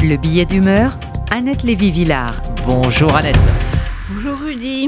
Le billet d'humeur, Annette Lévy-Villard. Bonjour Annette. Bonjour Rudy.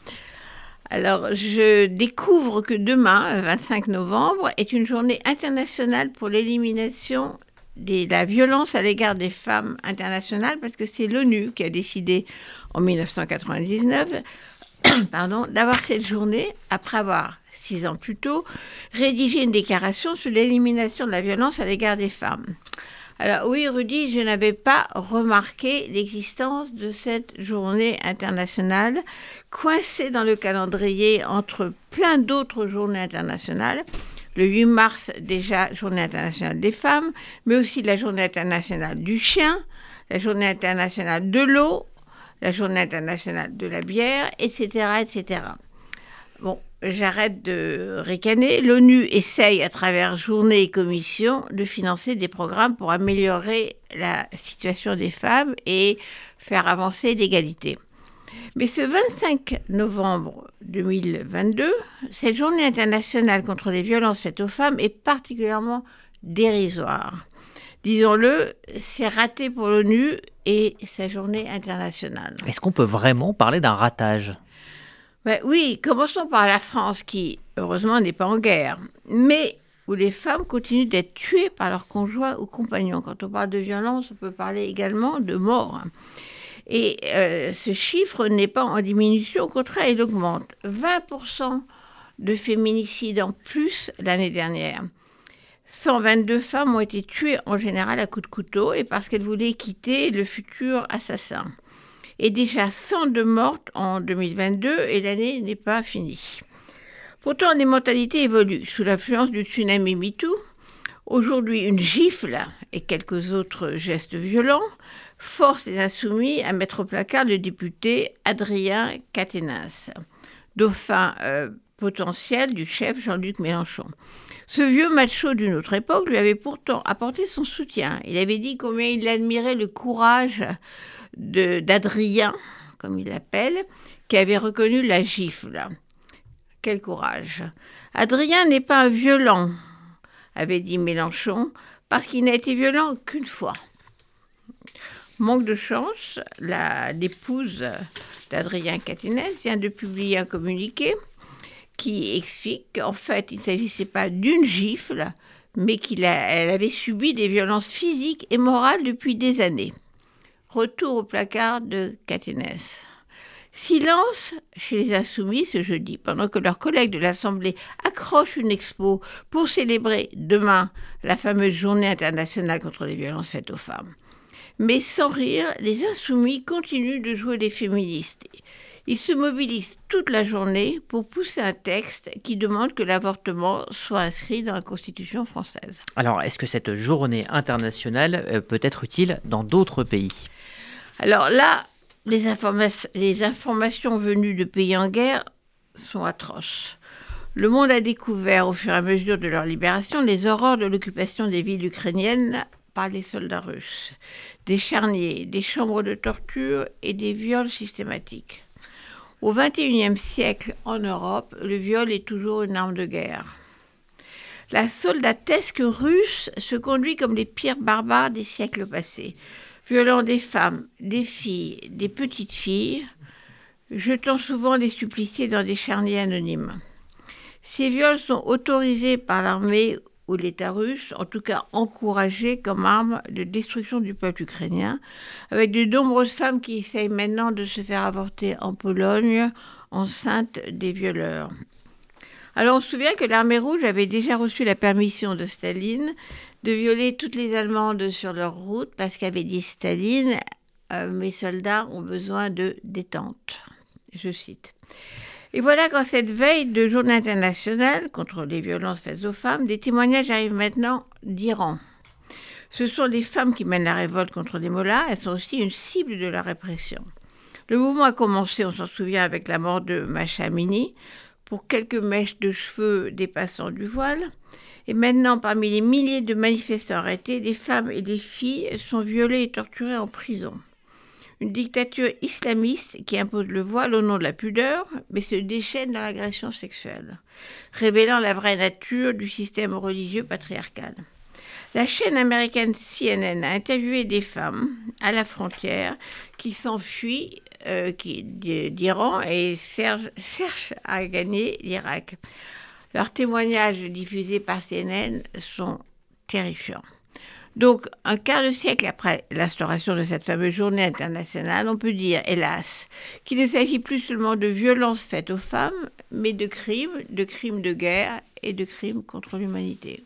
Alors, je découvre que demain, 25 novembre, est une journée internationale pour l'élimination de la violence à l'égard des femmes internationales, parce que c'est l'ONU qui a décidé en 1999 d'avoir cette journée après avoir, 6 ans plus tôt, rédigé une déclaration sur l'élimination de la violence à l'égard des femmes. Alors oui, Rudy, je n'avais pas remarqué l'existence de cette journée internationale coincée dans le calendrier entre plein d'autres journées internationales. Le 8 mars, déjà, journée internationale des femmes, mais aussi la journée internationale du chien, la journée internationale de l'eau, la journée internationale de la bière, etc., etc. Bon, j'arrête de ricaner. L'ONU essaye, à travers journées et commissions, de financer des programmes pour améliorer la situation des femmes et faire avancer l'égalité. Mais ce 25 novembre 2022, cette journée internationale contre les violences faites aux femmes est particulièrement dérisoire. Disons-le, c'est raté pour l'ONU et sa journée internationale. Est-ce qu'on peut vraiment parler d'un ratage ? Oui, commençons par la France qui, heureusement, n'est pas en guerre, mais où les femmes continuent d'être tuées par leurs conjoints ou compagnons. Quand on parle de violence, on peut parler également de mort. Et ce chiffre n'est pas en diminution, au contraire, il augmente. 20% de féminicides en plus l'année dernière. 122 femmes ont été tuées en général à coups de couteau et parce qu'elles voulaient quitter le futur assassin. Et déjà 102 mortes en 2022 et l'année n'est pas finie. Pourtant, les mentalités évoluent. Sous l'influence du tsunami MeToo, aujourd'hui une gifle et quelques autres gestes violents forcent les insoumis à mettre au placard le député Adrien Quatennens, dauphin potentiel du chef Jean-Luc Mélenchon. Ce vieux macho d'une autre époque lui avait pourtant apporté son soutien. Il avait dit combien il admirait le courage d'Adrien, comme il l'appelle, qui avait reconnu la gifle. Quel courage. Adrien n'est pas un violent, avait dit Mélenchon, parce qu'il n'a été violent qu'une fois. Manque de chance, l'épouse d'Adrien Quatennens vient de publier un communiqué qui explique qu'en fait, il ne s'agissait pas d'une gifle, mais elle avait subi des violences physiques et morales depuis des années. Retour au placard de Quatennens. Silence chez les insoumis ce jeudi, pendant que leurs collègues de l'Assemblée accrochent une expo pour célébrer demain la fameuse journée internationale contre les violences faites aux femmes. Mais sans rire, les insoumis continuent de jouer les féministes. Ils se mobilisent toute la journée pour pousser un texte qui demande que l'avortement soit inscrit dans la Constitution française. Alors, est-ce que cette journée internationale peut être utile dans d'autres pays ? Alors là, les informations venues de pays en guerre sont atroces. Le monde a découvert, au fur et à mesure de leur libération, les horreurs de l'occupation des villes ukrainiennes par les soldats russes. Des charniers, des chambres de torture et des viols systématiques. Au XXIe siècle, en Europe, le viol est toujours une arme de guerre. La soldatesque russe se conduit comme les pires barbares des siècles passés, violant des femmes, des filles, des petites filles, jetant souvent les suppliciés dans des charniers anonymes. Ces viols sont autorisés par l'armée ou l'État russe, en tout cas encouragés comme arme de destruction du peuple ukrainien, avec de nombreuses femmes qui essayent maintenant de se faire avorter en Pologne, enceintes des violeurs. Alors on se souvient que l'armée rouge avait déjà reçu la permission de Staline de violer toutes les Allemandes sur leur route, parce qu'avait dit Staline, mes soldats ont besoin de détente. Je cite. Et voilà qu'en cette veille de journée internationale contre les violences faites aux femmes, des témoignages arrivent maintenant d'Iran. Ce sont les femmes qui mènent la révolte contre les mollahs, elles sont aussi une cible de la répression. Le mouvement a commencé, on s'en souvient, avec la mort de Mahsa Amini, pour quelques mèches de cheveux dépassant du voile. Et maintenant, parmi les milliers de manifestants arrêtés, des femmes et des filles sont violées et torturées en prison. Une dictature islamiste qui impose le voile au nom de la pudeur, mais se déchaîne dans l'agression sexuelle, révélant la vraie nature du système religieux patriarcal. La chaîne américaine CNN a interviewé des femmes à la frontière qui s'enfuient d'Iran et cherchent à gagner l'Irak. Leurs témoignages diffusés par CNN sont terrifiants. Donc, un quart de siècle après l'instauration de cette fameuse journée internationale, on peut dire, hélas, qu'il ne s'agit plus seulement de violences faites aux femmes, mais de crimes de guerre et de crimes contre l'humanité.